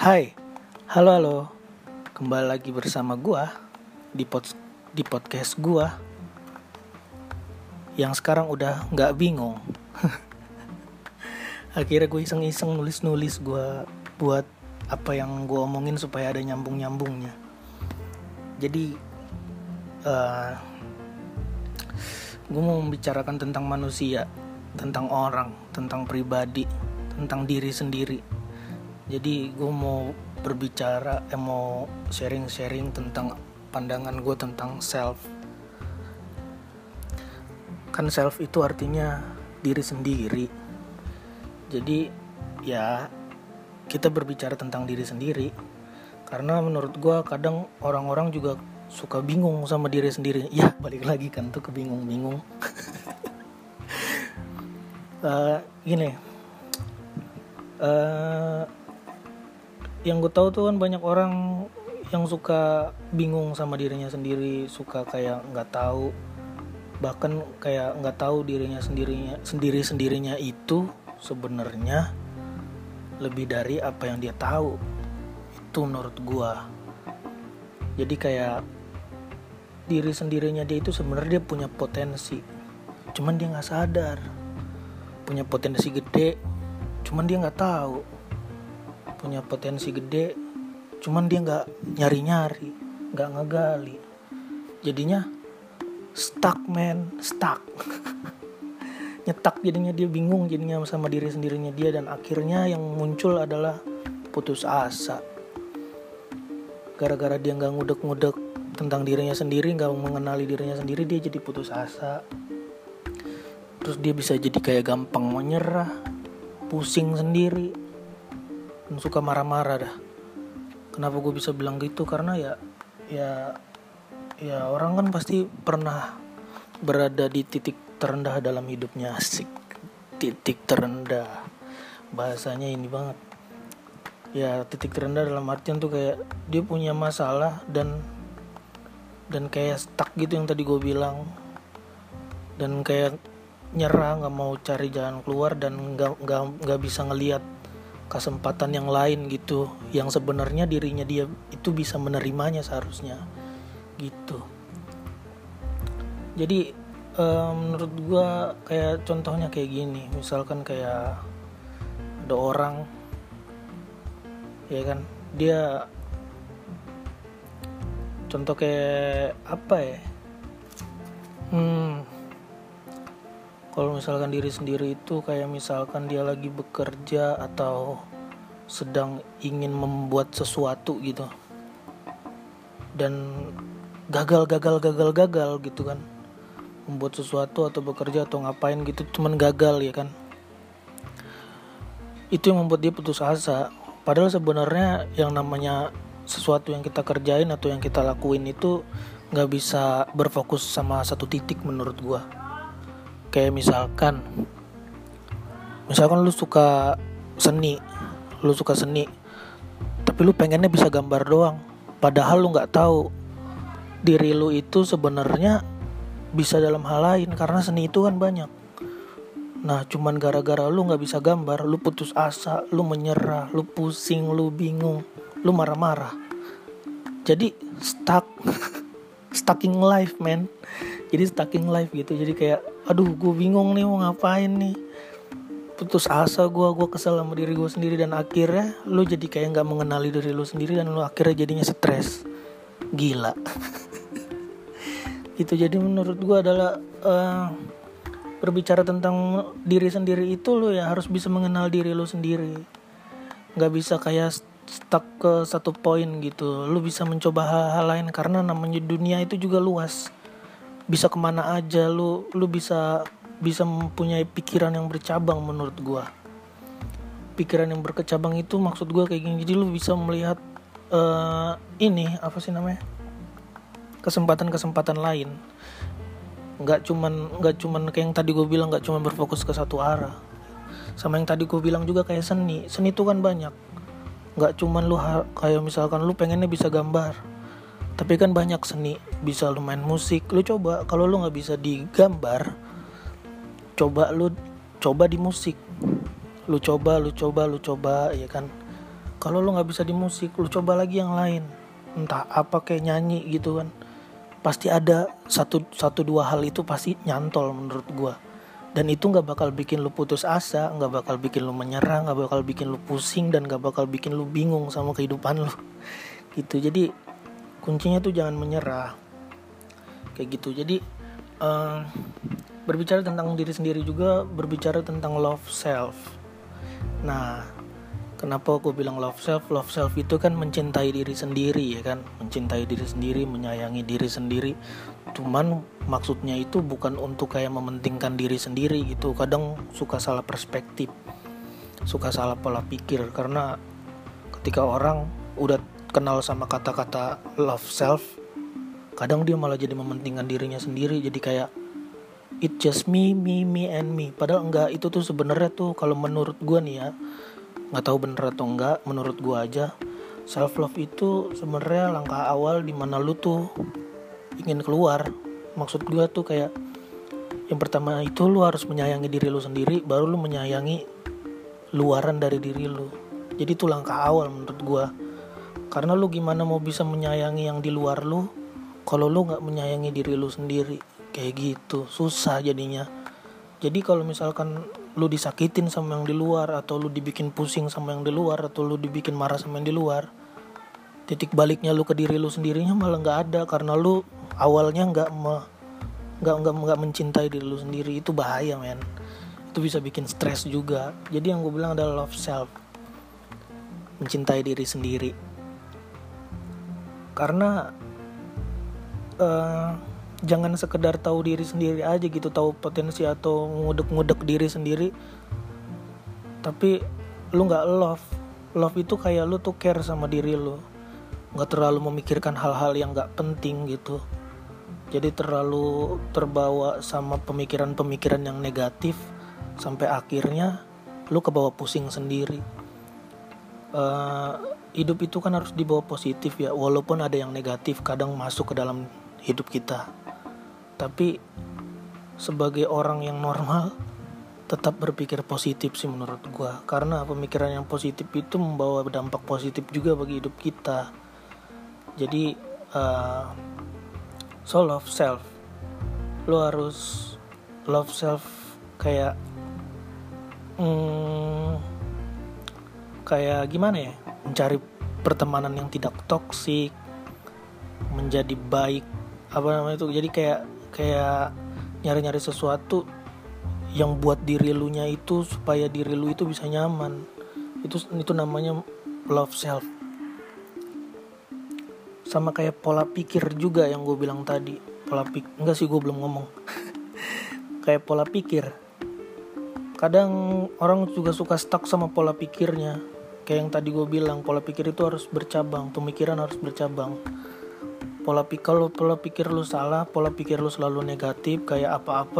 Hai, halo, kembali lagi bersama gua di podcast gua yang sekarang udah nggak bingung. Akhirnya gue iseng-iseng nulis gua buat apa yang gue omongin supaya ada nyambung-nyambungnya. Jadi, gue mau membicarakan tentang manusia, tentang orang, tentang pribadi, tentang diri sendiri. Jadi gue mau mau sharing tentang pandangan gue tentang self. Kan self itu artinya diri sendiri. Jadi ya kita berbicara tentang diri sendiri. Karena menurut gue kadang orang-orang juga suka bingung sama diri sendiri. Ya balik lagi kan tuh ke bingung-bingung. Yang gue tahu tuh kan banyak orang yang suka bingung sama dirinya sendiri, suka kayak nggak tahu, bahkan kayak nggak tahu dirinya sendirinya itu sebenarnya lebih dari apa yang dia tahu. Itu menurut gue. Jadi kayak diri sendirinya dia itu sebenarnya dia punya potensi, cuman dia nggak sadar. Punya potensi gede, cuman dia nggak tahu. Punya potensi gede, cuman dia nggak nyari-nyari, nggak ngegali. Jadinya stuck. Nyetak, jadinya dia bingung jadinya sama diri sendirinya dia, dan akhirnya yang muncul adalah putus asa. Gara-gara dia nggak ngudek-ngudek tentang dirinya sendiri, nggak mengenali dirinya sendiri, dia jadi putus asa. Terus dia bisa jadi kayak gampang menyerah, pusing sendiri, dan suka marah-marah dah. Kenapa gue bisa bilang gitu? Karena ya orang kan pasti pernah berada di titik terendah dalam hidupnya. Asik, titik terendah, bahasanya ini banget. Ya titik terendah dalam artian tuh kayak dia punya masalah dan kayak stuck gitu yang tadi gue bilang, dan kayak nyerah, nggak mau cari jalan keluar, dan nggak bisa ngelihat kesempatan yang lain gitu, yang sebenarnya dirinya dia itu bisa menerimanya seharusnya gitu. Jadi menurut gue kayak contohnya kayak gini, misalkan kayak ada orang, ya kan, dia contoh kayak apa ya, kalau misalkan diri sendiri itu kayak misalkan dia lagi bekerja atau sedang ingin membuat sesuatu gitu, dan gagal gitu kan, membuat sesuatu atau bekerja atau ngapain gitu cuman gagal, ya kan. Itu yang membuat dia putus asa. Padahal sebenarnya yang namanya sesuatu yang kita kerjain atau yang kita lakuin itu gak bisa berfokus sama satu titik menurut gua. Kayak misalkan lu suka seni, tapi lu pengennya bisa gambar doang, padahal lu gak tahu diri lu itu sebenarnya bisa dalam hal lain, karena seni itu kan banyak. Nah cuman gara-gara lu gak bisa gambar, lu putus asa, lu menyerah, lu pusing, lu bingung, lu marah-marah. Jadi stucking life, man. Jadi stucking life gitu. Jadi kayak aduh gue bingung nih mau ngapain nih, putus asa gue kesel sama diri gue sendiri, dan akhirnya lu jadi kayak gak mengenali diri lu sendiri, dan lu akhirnya jadinya stres. Gila. Gitu. Jadi menurut gue adalah berbicara tentang diri sendiri itu lu ya harus bisa mengenal diri lu sendiri. Gak bisa kayak stuck ke satu poin gitu. Lu bisa mencoba hal-hal lain, karena namanya dunia itu juga luas. Bisa kemana aja, lu bisa mempunyai pikiran yang bercabang menurut gua. Pikiran yang berkecabang itu maksud gua kayak gini. Jadi lu bisa melihat kesempatan lain. Nggak cuman kayak yang tadi gue bilang, nggak cuman berfokus ke satu arah. Sama yang tadi gue bilang juga kayak seni itu kan banyak. Nggak cuman lu kayak misalkan lu pengennya bisa gambar, tapi kan banyak seni. Bisa lu main musik, lu coba. Kalau lu nggak bisa di gambar, coba di musik. Lu coba ya kan. Kalau lu nggak bisa di musik, lu coba lagi yang lain, entah apa kayak nyanyi gitu kan. Pasti ada satu dua hal itu pasti nyantol menurut gua. Dan itu nggak bakal bikin lu putus asa, nggak bakal bikin lu menyerah, nggak bakal bikin lu pusing, dan nggak bakal bikin lu bingung sama kehidupan lu. Gitu. Jadi kuncinya tuh jangan menyerah. Kayak gitu. Jadi berbicara tentang diri sendiri juga berbicara tentang love self. Nah, kenapa aku bilang love self? Love self itu kan mencintai diri sendiri, ya kan? Mencintai diri sendiri, menyayangi diri sendiri. Cuman maksudnya itu bukan untuk kayak mementingkan diri sendiri gitu. Kadang suka salah perspektif, suka salah pola pikir. Karena ketika orang udah kenal sama kata-kata love self, kadang dia malah jadi mementingkan dirinya sendiri. Jadi kayak it just me and me. Padahal enggak, itu tuh sebenarnya tuh kalau menurut gue nih ya, nggak tahu bener atau enggak, menurut gue aja self love itu sebenarnya langkah awal dimana lu tuh ingin keluar. Maksud gue tuh kayak yang pertama itu lu harus menyayangi diri lu sendiri, baru lu menyayangi luaran dari diri lu. Jadi itu langkah awal menurut gue. Karena lu gimana mau bisa menyayangi yang di luar lu kalau lu nggak menyayangi diri lu sendiri? Kayak gitu, susah jadinya. Jadi kalau misalkan lu disakitin sama yang di luar, atau lu dibikin pusing sama yang di luar, atau lu dibikin marah sama yang di luar, titik baliknya lu ke diri lu sendirinya malah nggak ada, karena lu awalnya nggak mencintai diri lu sendiri. Itu bahaya, men. Itu bisa bikin stres juga. Jadi yang gue bilang adalah love self, mencintai diri sendiri. Karena jangan sekedar tahu diri sendiri aja gitu, tahu potensi atau ngudek diri sendiri, tapi lu nggak love. Love itu kayak lu tuh care sama diri lu, nggak terlalu memikirkan hal-hal yang nggak penting gitu. Jadi terlalu terbawa sama pemikiran-pemikiran yang negatif sampai akhirnya lu kebawa pusing sendiri. Hidup itu kan harus dibawa positif ya, walaupun ada yang negatif kadang masuk ke dalam hidup kita. Tapi sebagai orang yang normal tetap berpikir positif sih menurut gue. Karena pemikiran yang positif itu membawa dampak positif juga bagi hidup kita. Jadi so love self. Lo harus love self kayak kayak gimana ya, mencari pertemanan yang tidak toksik, menjadi baik, apa namanya itu, jadi kayak nyari sesuatu yang buat diri lu nya itu, supaya diri lu itu bisa nyaman. Itu namanya love self. Sama kayak pola pikir juga yang gue bilang tadi. Enggak sih, gue belum ngomong. Kayak pola pikir. Kadang orang juga suka stuck sama pola pikirnya. Kayak yang tadi gue bilang, pola pikir itu harus bercabang, pemikiran harus bercabang. Kalau pola pikir lu salah, pola pikir lu selalu negatif, kayak apa-apa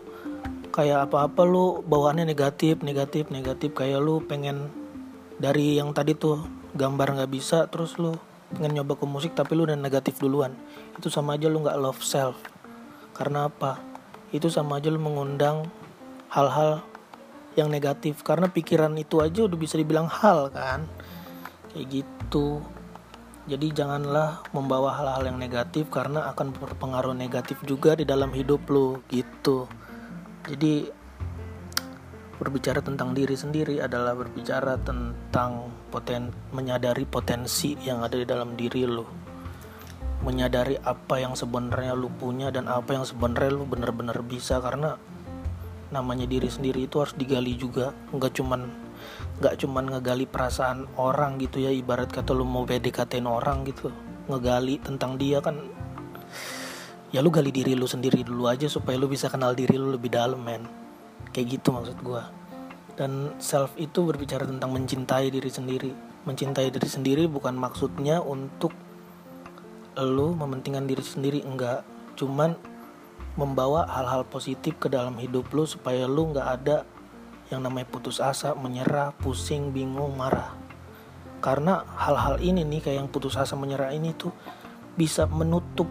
lu bawaannya negatif, kayak lu pengen dari yang tadi tuh gambar nggak bisa, terus lu pengen nyoba ke musik tapi lu udah negatif duluan. Itu sama aja lu nggak love self. Karena apa? Itu sama aja lu mengundang hal-hal yang negatif, karena pikiran itu aja udah bisa dibilang hal kan, kayak gitu. Jadi janganlah membawa hal-hal yang negatif, karena akan berpengaruh negatif juga di dalam hidup lu gitu. Jadi berbicara tentang diri sendiri adalah berbicara tentang menyadari potensi yang ada di dalam diri lu, menyadari apa yang sebenarnya lu punya dan apa yang sebenarnya lu benar-benar bisa. Karena namanya diri sendiri itu harus digali juga, nggak cuman ngegali perasaan orang gitu ya. Ibarat kata lu mau PDKT-in orang gitu, ngegali tentang dia kan, ya lu gali diri lu sendiri dulu aja supaya lu bisa kenal diri lu lebih dalam, men. Kayak gitu maksud gue. Dan self itu berbicara tentang mencintai diri sendiri. Mencintai diri sendiri bukan maksudnya untuk lu mementingkan diri sendiri, enggak. Cuman membawa hal-hal positif ke dalam hidup lu supaya lu gak ada yang namanya putus asa, menyerah, pusing, bingung, marah. Karena hal-hal ini nih, kayak yang putus asa, menyerah ini tuh bisa menutup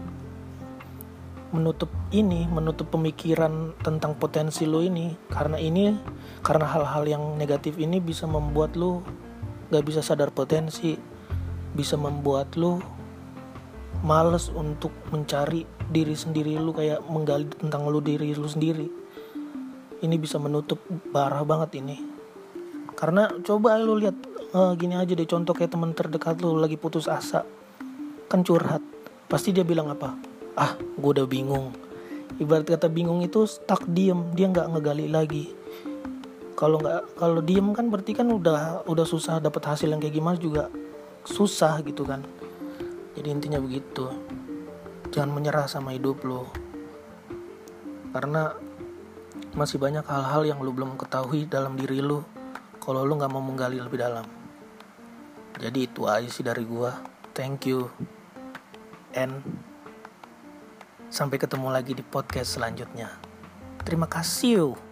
pemikiran tentang potensi lu ini. Karena hal-hal yang negatif ini bisa membuat lu gak bisa sadar potensi, bisa membuat lu males untuk mencari diri sendiri lu, kayak menggali tentang lu diri lu sendiri. Ini bisa menutup parah banget ini. Karena coba lu lihat gini aja deh, contoh kayak teman terdekat lu lagi putus asa, kan curhat, pasti dia bilang apa? Gue udah bingung. Ibarat kata bingung itu stuck, diem, dia nggak ngegali lagi. Kalau diem kan berarti kan udah susah dapet hasil yang kayak gimana juga susah gitu kan. Jadi intinya begitu, jangan menyerah sama hidup lo, karena masih banyak hal-hal yang lo belum ketahui dalam diri lo kalau lo nggak mau menggali lebih dalam. Jadi itu aja sih dari gua. Thank you and sampai ketemu lagi di podcast selanjutnya. Terima kasih.